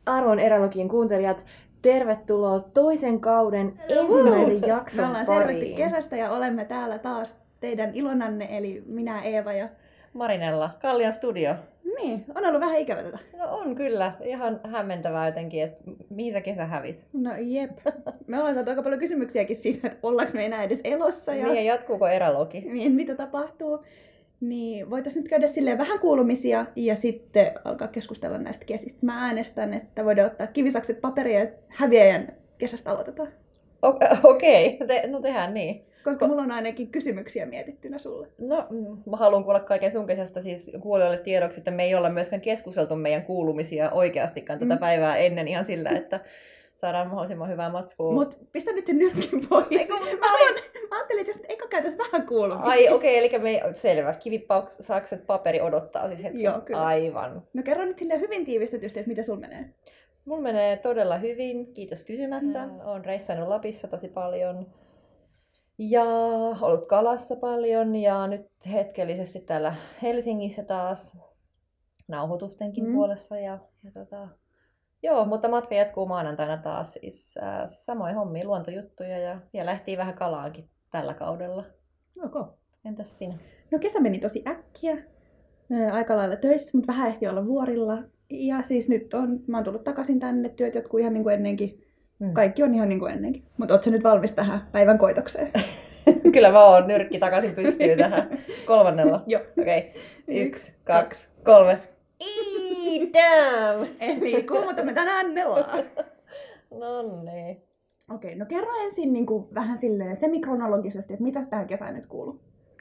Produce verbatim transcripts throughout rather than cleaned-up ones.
Arvon Erälogin kuuntelijat, tervetuloa toisen kauden ensimmäisen Me jakson ollaan selvitty pariin. kesästä ja olemme täällä taas teidän ilonanne, eli minä, Eeva ja... Marinella, Kallian studio. Niin, on ollut vähän ikävä tätä. No on kyllä, ihan hämmentävää jotenkin, että mihin se kesä hävisi. No jep. Me ollaan saatu aika paljon kysymyksiäkin siitä, että ollaanko me enää edes elossa ja... Niin, ja jatkuuko erälogi? Niin, mitä tapahtuu. Niin voitaisiin nyt käydä silleen vähän kuulumisia ja sitten alkaa keskustella näistä kesistä. Mä äänestän, että voidaan ottaa kivisakset paperia ja häviäjän kesästä aloitetaan. Okei, okay. Te, no tehdään niin. Koska mulla on ainakin kysymyksiä mietittynä sulle. No, mä haluan kuulla kaiken sun kesästä siis kuulijoille tiedoksi, että me ei olla myöskään keskusteltu meidän kuulumisia oikeastikaan mm. tätä päivää ennen ihan sillä, että saadaan mahdollisimman hyvää matskua. Mut pistä nyt sen nyrkin pois. Eiku, mä, mä, haluan, mä ajattelin, että jos eikö käytäis vähän kuulumisia. Ai okei, okay, eli me selvä. Kivisakset paperi odottaa siis hetken. Joo, kyllä. Aivan. No kerro nyt silleen hyvin tiivistetysti, että mitä sul menee. Mulla menee todella hyvin, kiitos kysymässä. Mm. Olen reissannut Lapissa tosi paljon. Ja ollut kalassa paljon ja nyt hetkellisesti täällä Helsingissä taas nauhoitustenkin mm. puolessa. Ja, ja tota, joo, mutta matka jatkuu maanantaina taas siis äh, samoin hommia, luontojuttuja ja vielä lähtii vähän kalaankin tällä kaudella. Okay. Entäs sinä? No kesä meni tosi äkkiä, aika lailla töissä, mutta vähän ehti olla vuorilla. Ja siis nyt on, mä oon tullut takaisin tänne, työt jatkuu ihan niin kuin ennenkin. Mm. Kaikki on ihan niin kuin ennenkin. Mutta ootko sä nyt valmis tähän päivän koitokseen? Kyllä mä oon, nyrkki takaisin pystyy tähän kolmannella. Joo. Okei, okay. Yksi, kaksi, kolme. Eee, damn! Eli kuumutamme tänään nelaa. No niin. Okei, okay, no kerro ensin niin kuin vähän silleen semikronologisesti, että mitäs tähän kesään nyt kuuluu?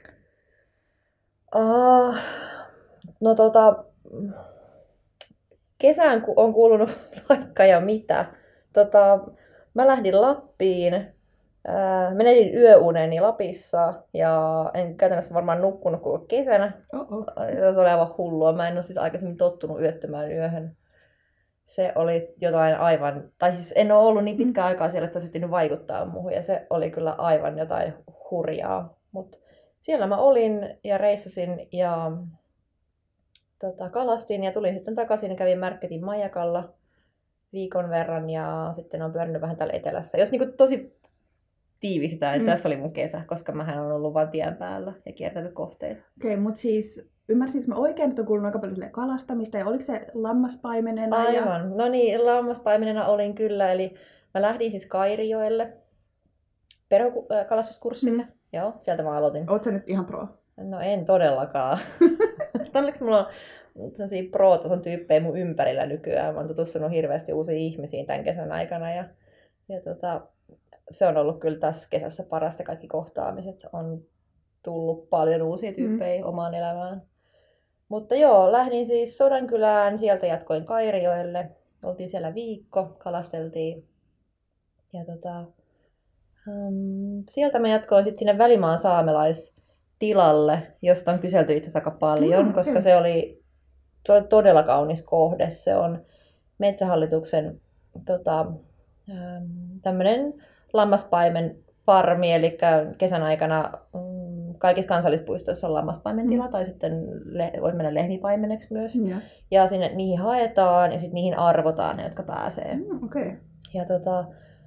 Uh, no tota, kesään on kuulunut vaikka ja mitä. Tota, mä lähdin Lappiin, äh, menetin yöuneni Lapissa ja en käytännössä varmaan nukkunut koko kesänä. Uh-oh. Se oli aivan hullua. Mä en ole siis aikaisemmin tottunut yöttämään yöhön. Se oli jotain aivan, tai siis en ole ollut niin pitkään aikaa siellä, että se olisi vaikuttaa muuhun ja se oli kyllä aivan jotain hurjaa. Mut siellä mä olin ja reissasin ja tota, kalastin ja tulin sitten takaisin ja kävin Märketin majakalla viikon verran ja sitten on pyörinyt vähän täällä etelässä. Jos niin tosi tiivistetään, että mm. tässä oli mun kesä, koska mähän on ollut vaan tien päällä ja kiertänyt kohteita. Okei, okay, mutta siis ymmärsinkö mä oikein, että on kuulunut aika paljon kalastamista ja oliko se lammaspaimenena? Aivan, ja... no niin, lammaspaimenena olin kyllä, eli mä lähdin siis Kairijoelle perhokalastuskurssille. Mm. Joo, sieltä mä aloitin. Oot sä nyt ihan pro? No en todellakaan. Onneksi mulla on sellaisia pro-tason tyyppejä mun ympärillä nykyään. Mä oon tutustunut hirveästi uusiin ihmisiin tämän kesän aikana. Ja, ja tota, se on ollut kyllä tässä kesässä parasta kaikki kohtaamiset. On tullut paljon uusia tyyppejä mm. omaan elämään. Mutta joo, lähdin siis Sodankylään, sieltä jatkoin Kairijoelle. Oltiin siellä viikko, kalasteltiin. Ja tota, um, sieltä mä jatkoin sitten sinne Välimaan saamelaistilalle, josta on kyselty itse asiassa aika paljon, mm, koska se oli, se oli todella kaunis kohde. Se on Metsähallituksen tota, tämmöinen lammaspaimen farmi, eli kesän aikana mm, kaikissa kansallispuistoissa on lammaspaimentila, mm. tai sitten le- voit mennä lehmipaimeneksi myös. Mm. Ja sinne niihin haetaan ja sitten niihin arvotaan ne, jotka pääsee. Mm, okay. Ja tota,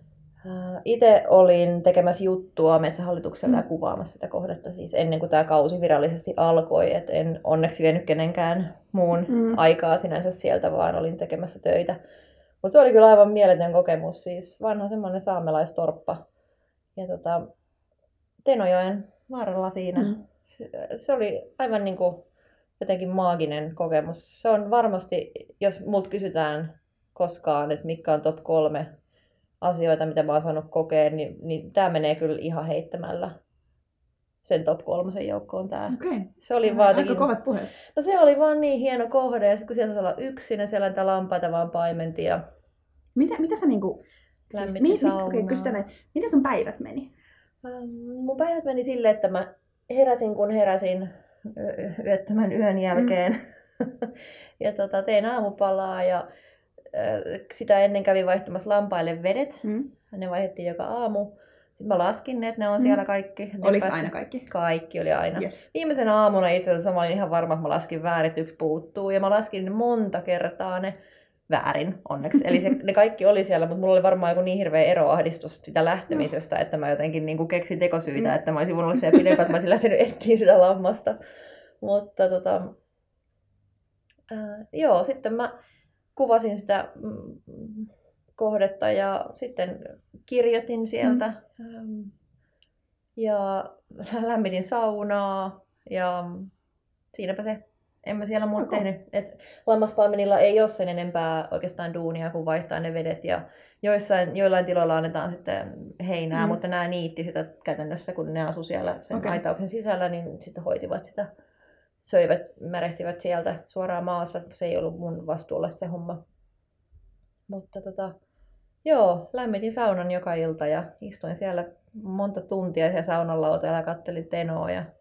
itse olin tekemässä juttua Metsähallituksella mm. ja kuvaamassa sitä kohdetta siis ennen kuin tämä kausi virallisesti alkoi. Et en onneksi vienyt kenenkään muun mm. aikaa sinänsä sieltä, vaan olin tekemässä töitä. Mutta se oli kyllä aivan mieletön kokemus. Siis vanha semmoinen saamelaistorppa. Ja tota, Tenojoen varrella siinä. Mm. Se, se oli aivan niin kuin jotenkin maaginen kokemus. Se on varmasti, jos multa kysytään koskaan, että mitkä on top kolme asioita, mitä mä oon saanut kokea, niin, niin tää menee kyllä ihan heittämällä. Sen top kolmosen joukkoon tää. Okei. Se oli Aika vaan jotenkin... kovat puheet. No se oli vaan niin hieno kohde, ja sit kun siellä saa olla yksin, ja siellä niitä lampaita vaan paimenti ja... Mitä, mitä sä niinku... Lämmitti siis, saunaa. Okei, kysytään näin. Miten sun päivät meni? Ähm, mun päivät meni silleen, että mä heräsin kun heräsin yöttömän yön jälkeen. Mm. ja tota, tein aamupalaa ja sitä ennen kävin vaihtamassa lampaille vedet. Mm. Ne vaihdettiin joka aamu. Sitten mä laskin ne, että ne on mm. siellä kaikki. Oliko aina kaikki? Kaikki oli aina. Yes. Viimeisenä aamuna itse asiassa mä olin ihan varma, että mä laskin väärin, että yksi puuttuu. Ja mä laskin monta kertaa ne. väärin onneksi. Eli se, ne kaikki oli siellä, mutta mulla oli varmaan joku niin hirveä eroahdistus sitä lähtemisestä, no. että mä jotenkin niin kuin keksin tekosyitä, mm. että mä olisin voinut olla siellä pidempään, että mä olisin lähtenyt etsiä sitä lammasta. Mutta tota, ää, joo, sitten mä kuvasin sitä mm, kohdetta ja sitten kirjoitin sieltä mm. ja lämmitin saunaa ja siinäpä se. En mä siellä muuta tehnyt. Et lammaspaimenilla ei ole sen enempää oikeastaan duunia kuin vaihtaa ne vedet ja joissain, joillain tiloilla annetaan sitten heinää, mm. mutta nämä niitti sitä käytännössä, kun ne asu siellä sen okay. aitauksen sisällä, niin sitten hoitivat sitä, söivät, märehtivät sieltä suoraan maassa. Se ei ollut mun vastuulla se homma. Mutta tota, joo, lämmitin saunan joka ilta ja istuin siellä monta tuntia siellä saunan lautalla ja kattelin Tenoa ja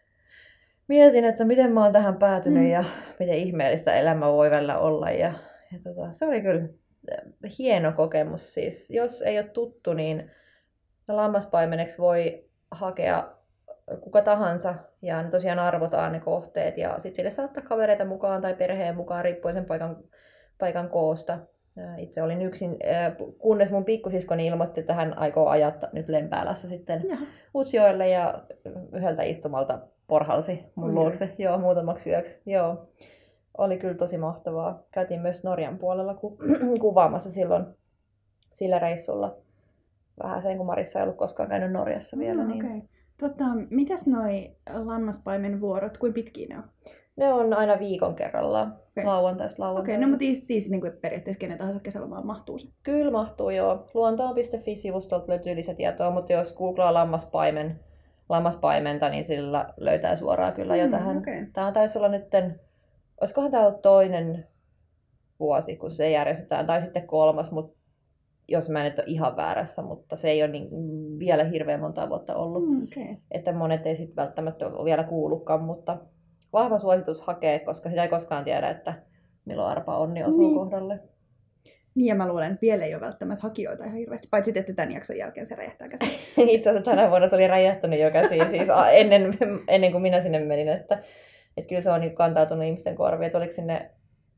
mietin, että miten mä oon tähän päätynyt mm. ja miten ihmeellistä elämä voi välillä olla. Ja, ja tota, se oli kyllä hieno kokemus. Siis, jos ei ole tuttu, niin lammaspaimeneksi voi hakea kuka tahansa. Ja ne tosiaan arvotaan ne kohteet. Ja sitten sille saattaa kavereita mukaan tai perheen mukaan, riippuen sen paikan, paikan koosta. Itse olin yksin, kunnes mun pikkusiskoni ilmoitti, että hän aikoo ajaa nyt Lempäälässä sitten Jaha. Utsjoelle ja yhdeltä istumalta porhalsi mun mm. luokse joo, muutamaksi yöksi. Joo. Oli kyllä tosi mahtavaa. Käytiin myös Norjan puolella ku- kuvaamassa silloin sillä reissulla. Vähän sen, kun Marissa ei ollut koskaan käynyt Norjassa vielä. No, niin... okay. tota, mitäs noi lammaspaimen vuorot, kuin pitkiä ne on? Ne on aina viikon kerrallaan. Okay. Lauantaista lauantaina. Okei, okay, no mutta siis niin kuin periaatteessa kenen tahansa kesälomaan mahtuu se? Kyllä mahtuu, joo. Luontoon piste fi-sivustolta löytyy lisätietoa, mutta jos googlaa lammaspaimen, lammaspaimenta, niin sillä löytää suoraan kyllä mm, jo tähän. Okay. Tämä taisi olla nytten, olisikohan tämä ollut toinen vuosi, kun se järjestetään, tai sitten kolmas, mutta jos mä en nyt ole ihan väärässä, mutta se ei ole niin, vielä hirveän monta vuotta ollut. Mm, okay. Että monet ei sitten välttämättä ole vielä kuullutkaan, mutta vahva suositus hakea, koska sitä ei koskaan tiedä, että milloin arpa onni osuu niin. kohdalle. Niin, ja mä luulen, että vielä ei ole välttämättä hakijoita ihan hirveästi, paitsi tietty tämän jakson jälkeen se räjähtää käsiin. Itse asiassa tänä vuonna se oli räjähtänyt jo käsiin, siis ennen, ennen kuin minä sinne menin, että, että kyllä se on niin kantautunut ihmisten korviin, että oliko sinne,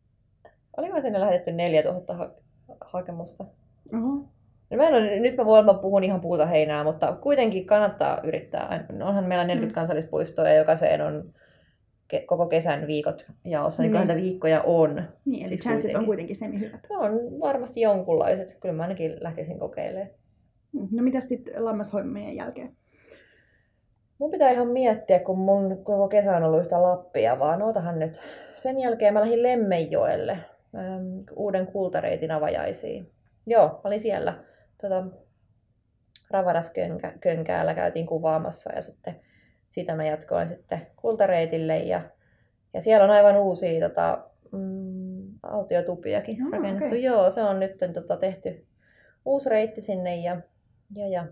oliko sinne lähetetty neljätuhatta ha- hakemusta. Uh-huh. No mä en, nyt mä voin puhun ihan puuta heinää, mutta kuitenkin kannattaa yrittää. Onhan meillä neljäkymmentä mm. kansallispuistoa ja jokaiseen on ke- koko kesän viikot jaossa, niin mm. viikkoja on. Niin, eli siis chanssit on kuitenkin semi-hyvät. No, on varmasti jonkunlaiset. Kyllä mä ainakin lähtisin kokeilemaan. No mitäs sitten lammashommien jälkeen? Mun pitää ihan miettiä, kun mun koko kesä on ollut yhtä Lappia, vaan ootahan nyt. Sen jälkeen mä lähdin Lemmenjoelle ähm, uuden kultareitin avajaisiin. Joo, mä olin siellä. Tota, Ravaraskönkäällä käytiin kuvaamassa ja sitten siitä mä jatkoin sitten kultareitille ja, ja siellä on aivan uusia tota, mm, autiotupiakin no, rakennettu. Okay. Joo, se on nyt tota, tehty uusi reitti sinne ja, ja, ja.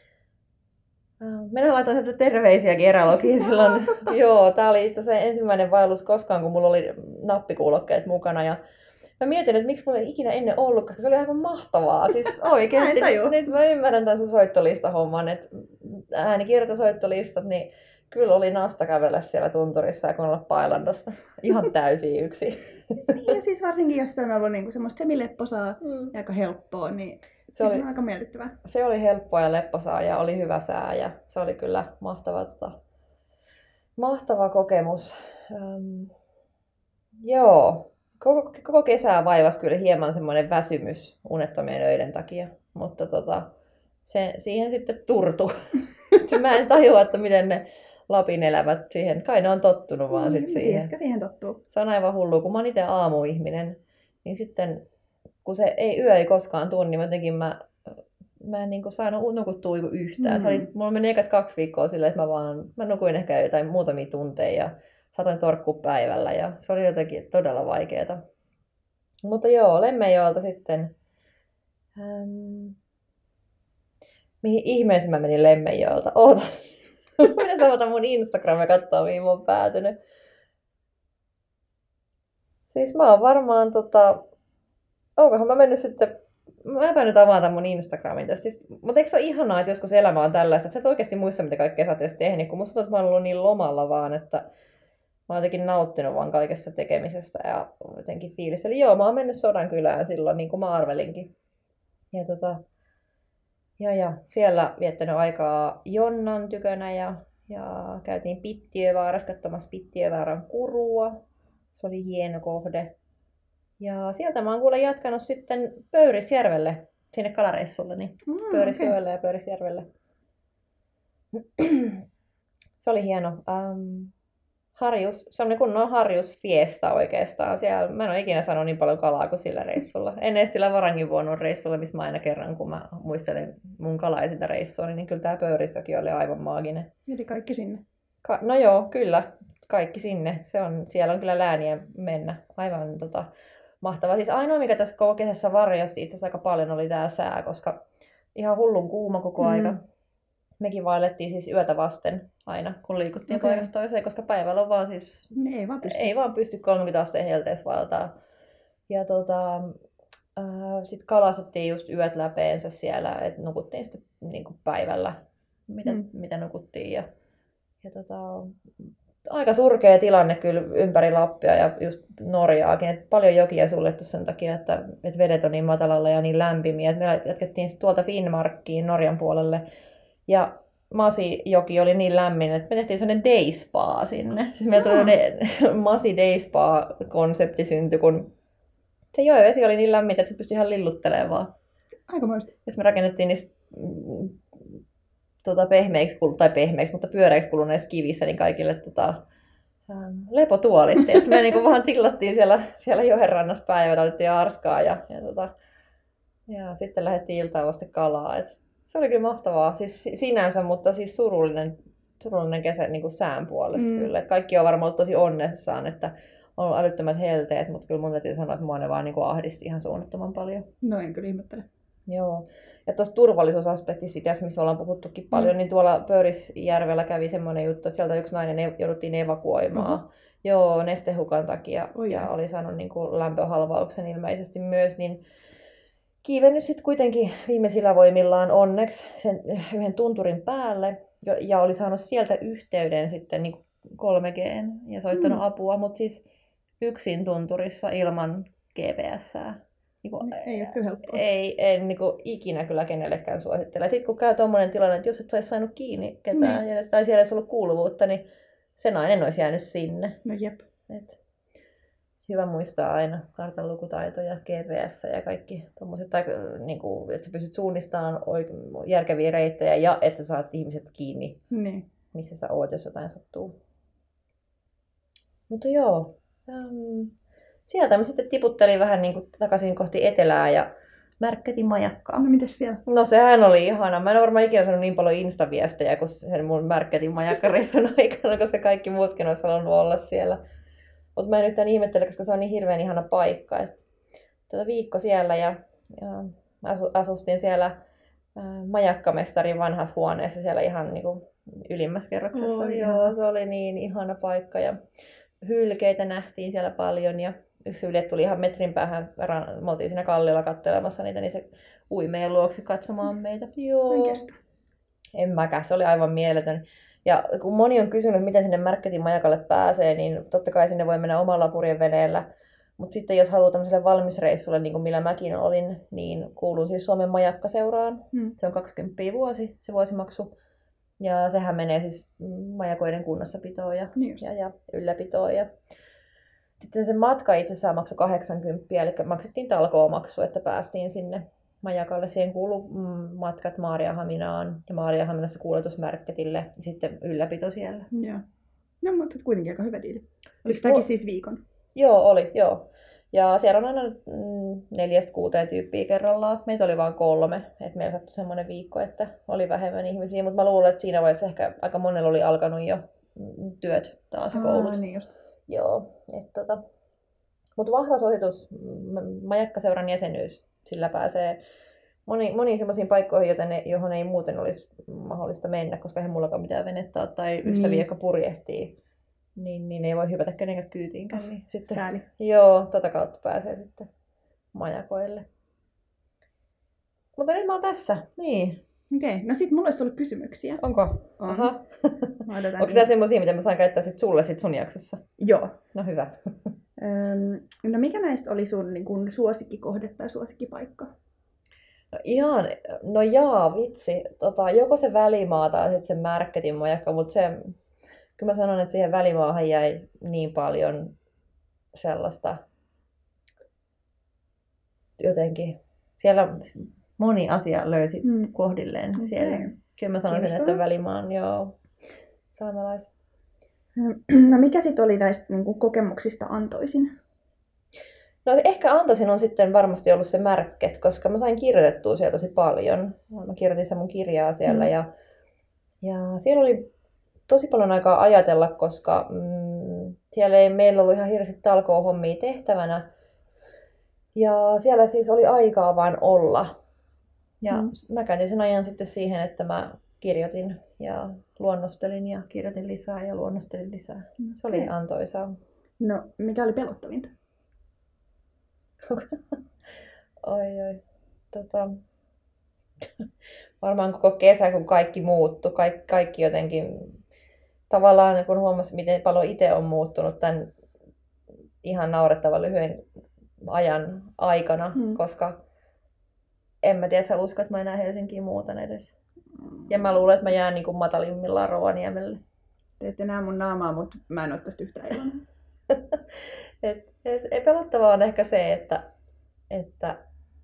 Minä laitoin sieltä terveisiäkin erälogiin silloin. Joo, tää oli itse asiassa ensimmäinen vaellus koskaan, kun mulla oli nappikuulokkeet mukana ja mä mietin, että miksi mulla ei ikinä ennen ollut, koska se oli aivan mahtavaa. Siis oikeesti, nyt mä ymmärrän tämän soittolistahomman, että äänikirjoitusoittolistat, niin kyllä oli nasta kävellä siellä tunturissa ja kuunnella Pailandosta. Ihan täysin yksi. Ja siis varsinkin, jos se on ollut niinku semmoista semilepposaa mm. ja aika helppoa, niin se oli aika miellyttävää. Se oli helppoa ja lepposaa ja oli hyvä sää ja se oli kyllä mahtava, tota, mahtava kokemus. Um, joo. Koko, koko kesää vaivasi kyllä hieman semmoinen väsymys unettomien öiden takia, mutta tota, se, siihen sitten turtu. Mä en tajua, että miten ne Lapin elävät siihen, kai ne on tottunut vaan sit siihen. Ehkä siihen tottuu. Se on aivan hullu, kun mä oon itse aamuihminen, niin sitten kun se ei yö ei koskaan tule, niin jotenkin mä, mä en niin saanut nukuttua yhtään. Mm. Se oli, mulla meni ekat kaksi viikkoa silleen, että mä vaan, mä nukuin ehkä jotain muutamia tunteja ja satoin torkkua päivällä ja se oli jotenkin todella vaikeeta. Mutta joo, Lemmenjoelta sitten, ähm, mihin ihmeeseen mä menin Lemmenjoelta? Oota, minä savata mun Instagram ja katsoa mihin mä oon päätynyt. Siis mä oon varmaan tota, onkohan mä mennyt sitten, mä en nyt avata mun Instagramin tästä. Siis, mutta eikö se ole ihanaa, että joskus elämä on tällaista, että sä et oikeasti muista mitä kaikkea sä oot edes tehnyt, kun musta tuntuu, että mä oon ollut niin lomalla vaan, että mä oon jotenkin nauttinut vaan kaikesta tekemisestä ja jotenkin fiilis. Eli joo, mä oon mennyt Sodankylään silloin, niin kuin mä arvelinkin. Ja, tota, ja, ja siellä viettänyt aikaa Jonnan tykönä ja, ja käytiin Pittiövaarassa katsomassa Pittiövaaran kurua. Se oli hieno kohde. Ja sieltä mä oon kuule jatkanut sitten Pöyrisjärvelle, sinne kalareissulle, niin mm, Pöyrisjoelle okay. ja Pöyrisjärvelle. Se oli hieno. Um, harjus, se on kunnon harjusfiesta oikeastaan. Siellä, mä en ole ikinä saanut niin paljon kalaa kuin sillä reissulla. En edes sillä Varangivuonon reissulla, missä mä aina kerran, kun mä muistelen mun kalaisinta reissua, niin kyllä tää Pöyrisjoki oli aivan maaginen. Eli kaikki sinne? Ka- no joo, kyllä. Kaikki sinne. Se on, siellä on kyllä lääniä mennä. Aivan tota, mahtavaa. Siis ainoa, mikä tässä koko kesässä varjosti itse asiassa aika paljon, oli tää sää, koska ihan hullun kuuma koko mm. aika. Mekin vaellettiin siis yötä vasten aina, kun liikuttiin okay. paikasta toiseen, koska päivällä on vaan siis... Ne ei vaan pysty. Ei vaan pysty kolmekymmentä asteen helteessä vaeltaa. Ja tota, äh, sitten kalastettiin just yöt läpeensä siellä, että nukuttiin sitten niin kuin päivällä, mitä, mm. mitä nukuttiin. Ja, ja tota, aika surkea tilanne kyllä ympäri Lappia ja just Norjaakin. Et paljon jokia suljettu sen takia, että, että vedet on niin matalalla ja niin lämpimiä. Et me jatkettiin tuolta Finnmarkkiin Norjan puolelle. Ja Masijoki oli niin lämmin, että me tehtiin sellainen day spa sinne. Siis meillä tuli Masi day spa-konsepti syntyi, kun se joen-vesi oli niin lämmin, että se pystyi ihan lilluttelemaan vaan. Aikamoista. Ja me rakennettiin niissä mm, tota, pehmeiksi, tai pehmeiksi, mutta pyöreiksi kuluneissa kivissä niin kaikille tota, ähm, lepotuolit. Ja me niinku vaan chillattiin siellä, siellä joen rannassa päivänä, otettiin arskaa ja, ja, tota, ja sitten lähdettiin iltaan vasta kalaa. Et se oli kyllä mahtavaa, siis sinänsä, mutta siis surullinen, surullinen kesä niin kuin sään puolesta mm. kyllä. Et kaikki on varmaan ollut tosi onnessaan, että on ollut älyttömät helteet, mutta kyllä mun täytyy sanoa, että mua ne vaan niin kuin ahdisti ihan suunnattoman paljon. No en kyllä ihmettele. Joo. Ja tuossa turvallisuusaspektissa, missä ollaan puhuttukin paljon, mm. niin tuolla Pöyrisjärvellä kävi semmoinen juttu, että sieltä yksi nainen jouduttiin evakuoimaan. Mm-hmm. Joo, nestehukan takia oh, ja oli saanut niin kuin lämpöhalvauksen ilmeisesti myös, niin kiivennyt sitten kuitenkin viimeisillä voimillaan onneksi sen yhden tunturin päälle ja oli saanut sieltä yhteyden sitten niin kolme G ja soittanut mm. apua, mutta siis yksin tunturissa ilman G P S:ää. Niin kuin, ei ole kyllä helppoa. Ei, en niin kuin, ikinä kyllä kenellekään suosittele. Sitten kun käy tommoinen tilanne, että jos et saisi saanut kiinni ketään mm. ja, tai siellä olisi ollut kuuluvuutta, niin se nainen olisi jäänyt sinne. No jep. Et hyvä muistaa aina kartanlukutaito ja G P S ja kaikki tommoset, tai, niin kuin, että sä pystyt suunnistamaan järkeviä reittejä ja että sä saat ihmiset kiinni, niin. missä sä oot, jos jotain sattuu. Mutta joo, ähm, sieltä mä sitten tiputtelin vähän niin kuin takaisin kohti etelää ja märkkätin majakkaa. No mitäs siellä? No sehän oli ihana. Mä en varmaan ikinä saanut niin paljon instaviestejä kuin sen mun märkkätin majakkareissun aikana, koska kaikki muutkin olisi halunnut olla siellä. Mutta mä en yhtään ihmettele, koska se on niin hirveän ihana paikka. Et tätä viikko siellä ja, ja asu, asustin siellä ää, majakkamestarin vanhassa huoneessa siellä ihan niinku ylimmässä kerroksessa. Oh, Joo, se oli niin ihana paikka ja hylkeitä nähtiin siellä paljon ja yksi hylje tuli ihan metrin päähän, me oltiin siinä kalliolla katselemassa niitä, niin se ui meidän luokse katsomaan meitä. Joo. Oikeastaan. En mäkään, se oli aivan mieletön. Ja kun moni on kysynyt, miten sinne Märkkätin majakalle pääsee, niin totta kai sinne voi mennä omalla purjeveneellä. Mutta sitten jos haluaa tämmöiselle valmisreissulle, niin kuin millä mäkin olin, niin kuuluu siis Suomen majakkaseuraan. Hmm. Se on kaksikymmentä vuosi, se vuosimaksu. Ja sehän menee siis majakoiden kunnossapitoon ja, niin ja, ja ylläpitoon. Ja sitten se matka itse asiassa maksoi kahdeksankymmentä, eli maksettiin talkoomaksu, että päästiin sinne majakalle. Siihen kuuluu matkat Maarianhaminaan ja Maarianhaminassa kuljetus Märkketille ja sitten ylläpito siellä. Joo. No, mutta kuitenkin aika hyvä diili. Oliko tämäkin siis viikon? Joo, oli, joo. Ja siellä on aina mm, neljästä kuuteen tyyppiä kerrallaan. Meitä oli vain kolme, että meillä sattui semmoinen viikko, että oli vähemmän ihmisiä. Mutta mä luulen, että siinä vaiheessa ehkä aika monella oli alkanut jo työt taas ja koulut. Aa, niin just. Joo, että tota. Mutta vahva suositus, majakkaseuran jäsenyys, sillä pääsee moni, moniin semmoisiin paikkoihin, joten ne, johon ei muuten olisi mahdollista mennä, koska eihän mullakaan mitään venettä ole tai ystäviä, niin. jotka purjehtii. Niin, niin ei voi hypätä kenenkään kyytiinkään. Oh, niin sitten, sääli. Joo, tota kautta pääsee sitten majakoille. Mutta nyt mä oon tässä. Niin. Okei, okay. No sit mulla olisi ollut kysymyksiä. Onko? On. Aha. Mä odotan. Onko tämä semmoisia, mitä mä saan käyttää sit sulle sit sun jaksossa? Joo. No hyvä. Öm, no mikä näistä oli sun niin kun, suosikkikohde tai suosikkipaikka? No ihan, no jaa, vitsi. Tota, joko se välimaa tai sitten se Märkätin majakka, mutta se, kyllä mä sanon, että siihen välimaahan jäi niin paljon sellaista jotenkin, siellä moni asia löysi Hmm. kohdilleen Okei. siellä. Kyllä mä sanoisin, Kiinnostavaa. että välimaan, joo, saamelais. No mikä sitten oli näistä niin kun, kokemuksista antoisin? No ehkä antaisin on sitten varmasti ollut se Märket, koska mä sain kirjoitettua siellä tosi paljon. Mä kirjoitin sitä mun kirjaa siellä Mm. ja, ja siellä oli tosi paljon aikaa ajatella, koska mm, siellä ei meillä ollut ihan hirveästi talkoohommia tehtävänä. Ja siellä siis oli aikaa vain olla. Ja Mm. mä käytin sen ajan sitten siihen, että mä kirjoitin ja luonnostelin ja kirjoitin lisää ja luonnostelin lisää. Se oli Okei. antoisaa. No mikä oli pelottavinta? Oi, oi. Tota, varmaan koko kesä, kun kaikki muuttui, kaikki, kaikki jotenkin, tavallaan kun huomasi, miten paljon itse on muuttunut tämän ihan naurettavan lyhyen ajan aikana, Hmm. koska en mä tiedä, että sä uskot, että mä enää Helsinkiin muutan edes. Ja mä luulen, että mä jään niin kuin matalimmillaan Rovaniemelle. Te ette näe mun naamaa, mutta mä en ole tästä yhtään iloinen. Et, et, pelottavaa on ehkä se, että, että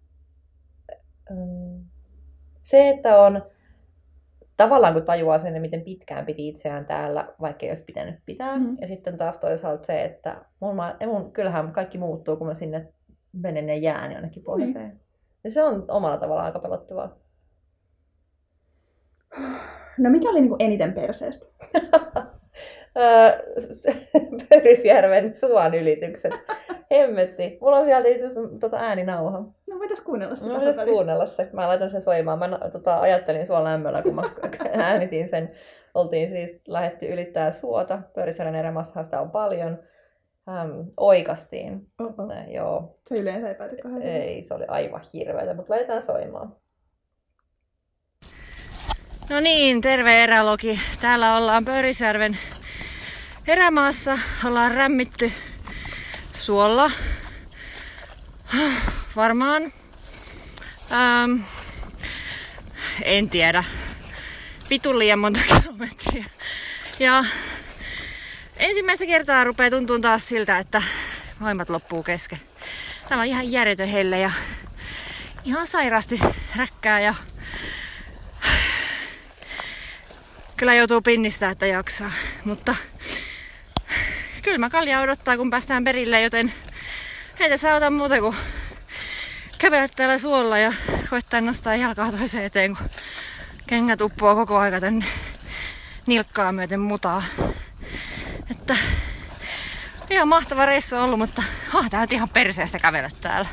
um, se, että on tavallaan kun tajuaa sen, miten pitkään piti itseään täällä, vaikka ei olisi pitänyt pitää. Mm. Ja sitten taas toisaalta se, että mun, mun, kyllähän kaikki muuttuu, kun mä sinne menen ja jään jonnekin pohjoiseen. Mm. Ja se on omalla tavallaan aika pelottavaa. No mikä oli niinku eniten perseestä? Pörisjärven suon ylitykset. Hemmetti. Mulla on sieltä itse asiassa tota ääninauha. No voitais kuunnella sitä. No voitais kuunnella se. Mä laitan sen soimaan. Mä tota, ajattelin sua lämmöllä, kun mä äänitin sen. Oltiin siis lähdetty ylittää suota. Pörisjärven erämassahan sitä on paljon. Ähm, oikastiin. Oho. Äh, joo. Se yleensä ei pääty kahden. Ei, se oli aivan hirveätä, mutta laitetaan soimaan. No niin, terve erälogi. Täällä ollaan Pörisjärven erämaassa. Ollaan rämmitty suolla. Varmaan, ähm, en tiedä, vitun liian monta kilometriä. Ja ensimmäistä kertaa rupeaa tuntua taas siltä, että voimat loppuu kesken. Täällä on ihan järjetön helle ja ihan sairaasti räkkää ja kyllä joutuu pinnistää, että jaksaa, mutta kylmä kalja odottaa, kun päästään perille, joten ei tässä auta muuta kuin kävellä täällä suolla ja koittaa nostaa jalkaa toiseen eteen, kun kengät uppoo koko aika tänne nilkkaa myöten mutaa. Että ihan mahtava reissu on ollut, mutta ah, tää on ihan perseestä kävellä täällä.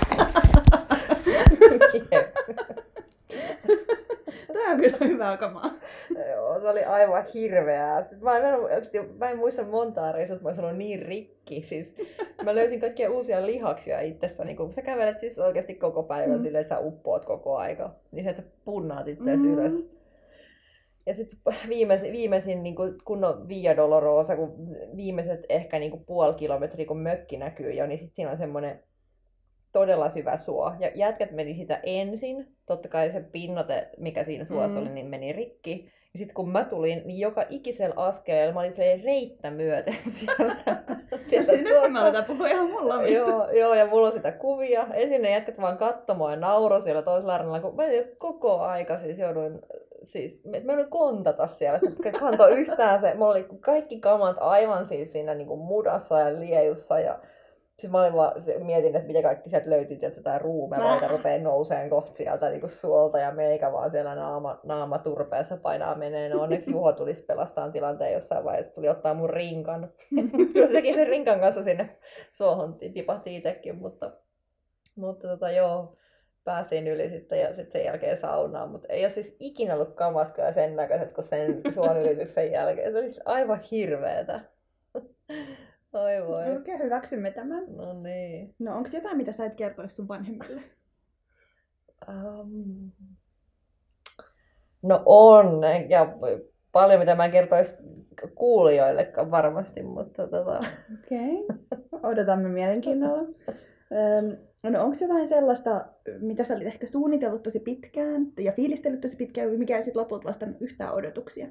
Tää on kyllä hyvää kamaa. Joo, se oli aivan hirveää. Mä en, mä en muista montaa reissua, että mä olisin ollut niin rikki. Siis, mä löysin kaikkia uusia lihaksia itsessäni. Kun sä kävelet siis oikeasti koko päivän mm. silleen, että sä uppoat koko aika. Niin että sä punnaat itseäsi mm. ylös. Ja sitten viimeisin, viimeisin niin kunnon Via Dolorosa, kun viimeiset ehkä niin puoli kilometriä, kun mökki näkyy jo, niin sitten siinä on semmoinen todella syvä suo. Ja jätkät meni sitä ensin. Totta kai se pinnote, mikä siinä suossa mm. oli, niin meni rikki. Ja sitten kun mä tulin, niin joka ikisellä askeleella mä olin reittä myöten siellä. Nyt mä aletaan puhua ihan mulla omista. Joo, joo, ja mulla on sitä kuvia. Ensin ne jätkät vaan katsomaan ja nauroi siellä toisella rannalla, kun mä koko aika siis jouduin, siis mä jouduin kontata siellä. Se kantoi yhtään se, mulla oli kaikki kamat aivan siis siinä niin kuin mudassa ja liejussa. Ja siis mä olin vaan, mietin, että mitä kaikki sieltä löytyy, että jotain ruumeloita rupeaa nouseen kohta sieltä niin kuin suolta ja meikä vaan siellä naama, naama turpeessa painaa menee. No onneksi Juho tulisi pelastaa tilanteen jossain vaiheessa, tuli ottaa mun rinkan. Kyllä sekin sen rinkan kanssa sinne suohon tipahti itsekin, mutta, mutta tota, joo, pääsin yli sitten ja sitten sen jälkeen saunaan. Mutta ei ole siis ikinä ollut kamatkaan sen näköiset kuin sen suon ylityksen jälkeen. Se olisi aivan hirveetä. Oi voi. Okei, okay, hyväksymme tämän. No niin. No onko jotain, mitä sä et kertoisi sun vanhemmille? Um, No on, ja paljon mitä mä en kertoisi kuulijoillekaan varmasti, mutta tota... Okei, okay. Odotamme mielenkiinnolla. Öm, no onko jotain sellaista, mitä sä olit ehkä suunnitellut tosi pitkään ja fiilistellyt tosi pitkään, mikä ei sitten lopulta vastannut yhtään odotuksia?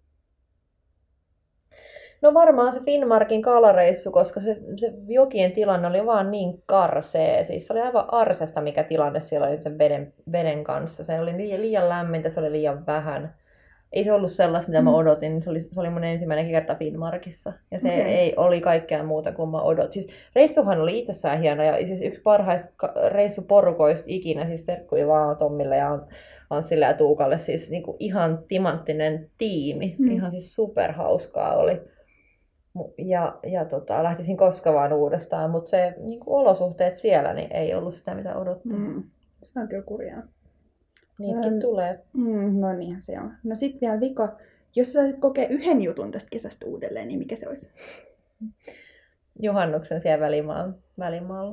No varmaan se Finnmarkin kalareissu, koska se, se jokien tilanne oli vaan niin karsee. Siis se oli aivan arsesta, mikä tilanne siellä oli sen veden, veden kanssa. Se oli liian, liian lämmintä, se oli liian vähän. Ei se ollut sellaista, mitä mä odotin. Se oli, se oli mun ensimmäinen kerta Finnmarkissa. Ja se okay. ei oli kaikkea muuta kuin mä odotin. Siis reissuhan oli itsessään hieno ja siis yksi parhaista reissuporukoista ikinä. Siis terkkuja vaan Tommille ja Anssille ja Tuukalle. Siis niinku ihan timanttinen tiimi. Mm. Ihan siis superhauskaa oli. Ja, ja tota, lähtisin koska vaan uudestaan, mutta se niinku olosuhteet siellä niin ei ollut sitä, mitä odottiin. Mm. Se on kyllä kurjaa. Niinkin ähm, tulee. Mm, no niinhän se on. No sit vielä vika, jos sä saisit kokea yhden jutun tästä kesästä uudelleen, niin mikä se olisi? Juhannuksen siellä välimaalla. välimaalla.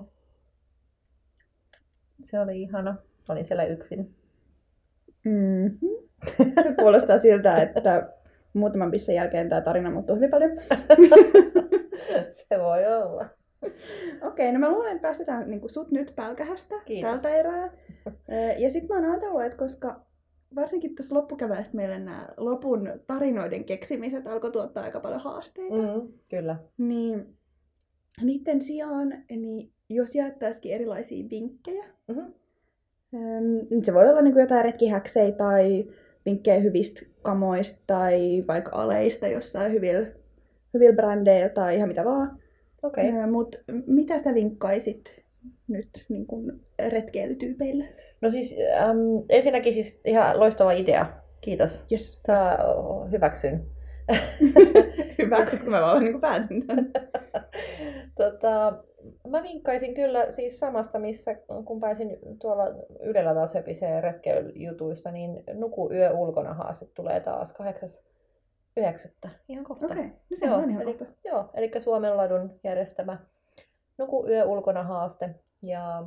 Se oli ihana. Olin siellä yksin. Mm-hmm. Se kuulostaa siltä, että muutaman pissen jälkeen tämä tarina muuttuu hyvin paljon. Se voi olla. Okei, no mä luulen, että päästetään niin sut nyt pälkähästä tältä erää. Ja sit mä oon ajatellut, että koska varsinkin tuossa loppukevästä meille nämä lopun tarinoiden keksimiset alkoi tuottaa aika paljon haasteita. Mm, kyllä. Niin niiden sijaan, niin jos jaettaisikin erilaisia vinkkejä, mm-hmm. se voi olla niin kuin jotain retkihäksejä tai vinkkejä hyvistä kamoista tai vaikka aleista jossain hyvillä, hyvillä brändeillä tai ihan mitä vaan. Okay. Mutta mitä sä vinkkaisit nyt niin kun retkeilytyypeille? No siis äm, ensinnäkin siis ihan loistava idea. Kiitos. Yes. Tää, hyväksyn. Hyvä, koska mä vaan niin päätin tämän. tota, mä vinkkaisin kyllä siis samasta, missä kun pääsin tuolla Ylellä taas höpiseen retkeilyjutuista, niin Nuku yö ulkona -haaste tulee taas kahdeksas yhdeksättä Ihan kohta. Okei, okay. No se on ihan eli, kohta. Joo, eli Suomenladun järjestämä Nuku yö ulkona -haaste. Ja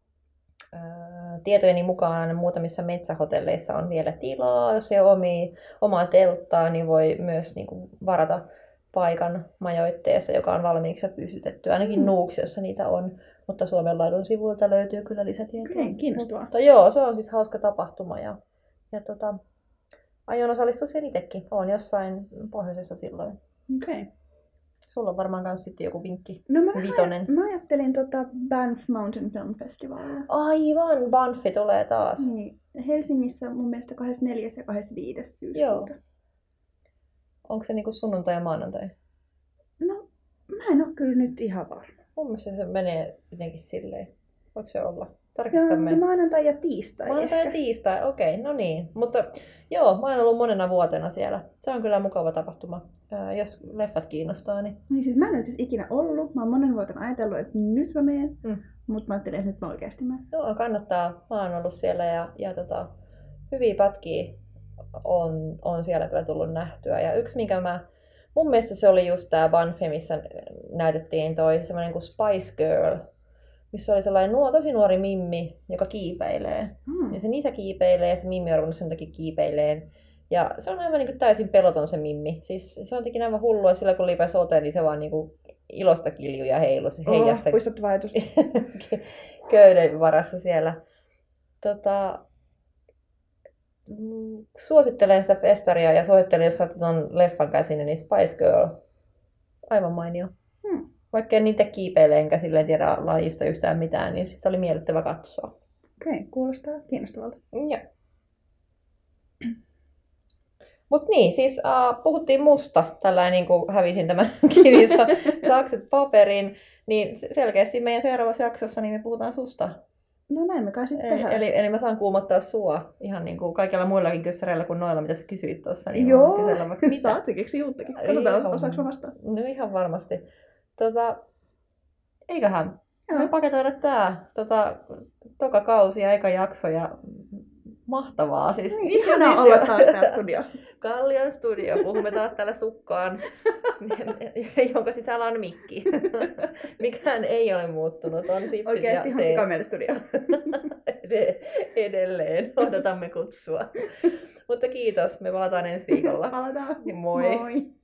ää, tietojeni mukaan muutamissa metsähotelleissa on vielä tilaa. Jos ei ole omia, omaa telttaa, niin voi myös niin kuin, varata paikan majoitteessa, joka on valmiiksi pysytetty. Ainakin mm. Nuuksiossa niitä on, mutta Suomenladun sivuilta löytyy kyllä lisätietoa. Okei, okay, kiinnostavaa. Mutta joo, se on siis hauska tapahtuma. Ja, ja tota, aion osallistua siihen itsekin. Olen jossain pohjoisessa silloin. Okei. Okay. Sulla on varmaan myös sitten joku vinkki. No mä, Vitonen. mä ajattelin tota Banff Mountain Film Festivalia. Aivan, Banffi tulee taas. Niin. Helsingissä mun mielestä kahdeskymmenesneljäs ja kahdeskymmenesviides syyskuuta. Joo. Onko se niinku sunnuntai ja maanantai? No, mä en oo kyllä nyt ihan varma. Mun mielestä se menee jotenkin silleen. Voiko se olla? Se on maanantai ja tiistai Maanantai ehkä. ja tiistai, okei, okay, no niin. Mutta joo, mä oon ollut monena vuotena siellä. Se on kyllä mukava tapahtuma. Ää, jos leffat kiinnostaa, niin... Niin siis mä en ole siis ikinä ollut. Mä oon monen vuotena ajatellut, että nyt mä menen. Mm. Mutta mä ajattelin, että nyt mä oikeasti menen. Joo, kannattaa. Mä oon ollut siellä ja, ja tota, hyviä pätkiä on, on siellä kyllä tullut nähtyä. Ja yksi, minkä mä... Mun mielestä se oli just tää Banff, missä näytettiin toi semmoinen kuin Spice Girl, missä oli sellainen nuo, tosi nuori mimmi, joka kiipeilee. Hmm. Ja sen isä kiipeilee ja se mimmi on ruvennut sen takia kiipeileen. Ja se on aivan niin kuin täysin peloton se mimmi. Siis se on jotenkin aivan hullua, sillä kun liipä soteen, niin se vaan niin kuin ilosta kiljuu ja heilu. Se heijassa oh, puistuttava ajatus. köyden varassa siellä. Tota, suosittelen sitä festaria ja suosittelen, jos olet tuon leffan käsin, niin Spice Girl. Aivan mainio. Hmm. Vaikka en niitä kiipeilee enkä silleen tiedä lajista yhtään mitään, niin sitä oli miellyttävä katsoa. Okei, okay, kuulostaa kiinnostavalta. Joo. Mut niin, siis äh, puhuttiin musta, tällainen niin kuin hävisin tämän kirjan sakset paperin, niin selkeästi meidän seuraavassa jaksossa niin me puhutaan susta. No näin me kai sitten tehdään. Eli, eli mä saan kuumottaa sua ihan niin kuin kaikilla muillakin kyssäreillä kuin noilla, mitä sä kysyit tuossa. Niin joo, saat se keksiä uuttakin. Katsotaan, osaanko mä vastaan. No ihan varmasti. Tota, eiköhän me paketoida tää tota, toka kausi ja eka jakso ja mahtavaa. Siis, niin, ihanaa siis olla jo taas täällä studiossa. Kallion studio. Puhumme taas täällä sukkaan, jonka sisällä on mikki. Mikään ei ole muuttunut. On sipsit oikeasti ja hankkikaa meille studio. Edelleen. Odotamme kutsua. Mutta kiitos, me palataan ensi viikolla. Palataan. Moi. Moi.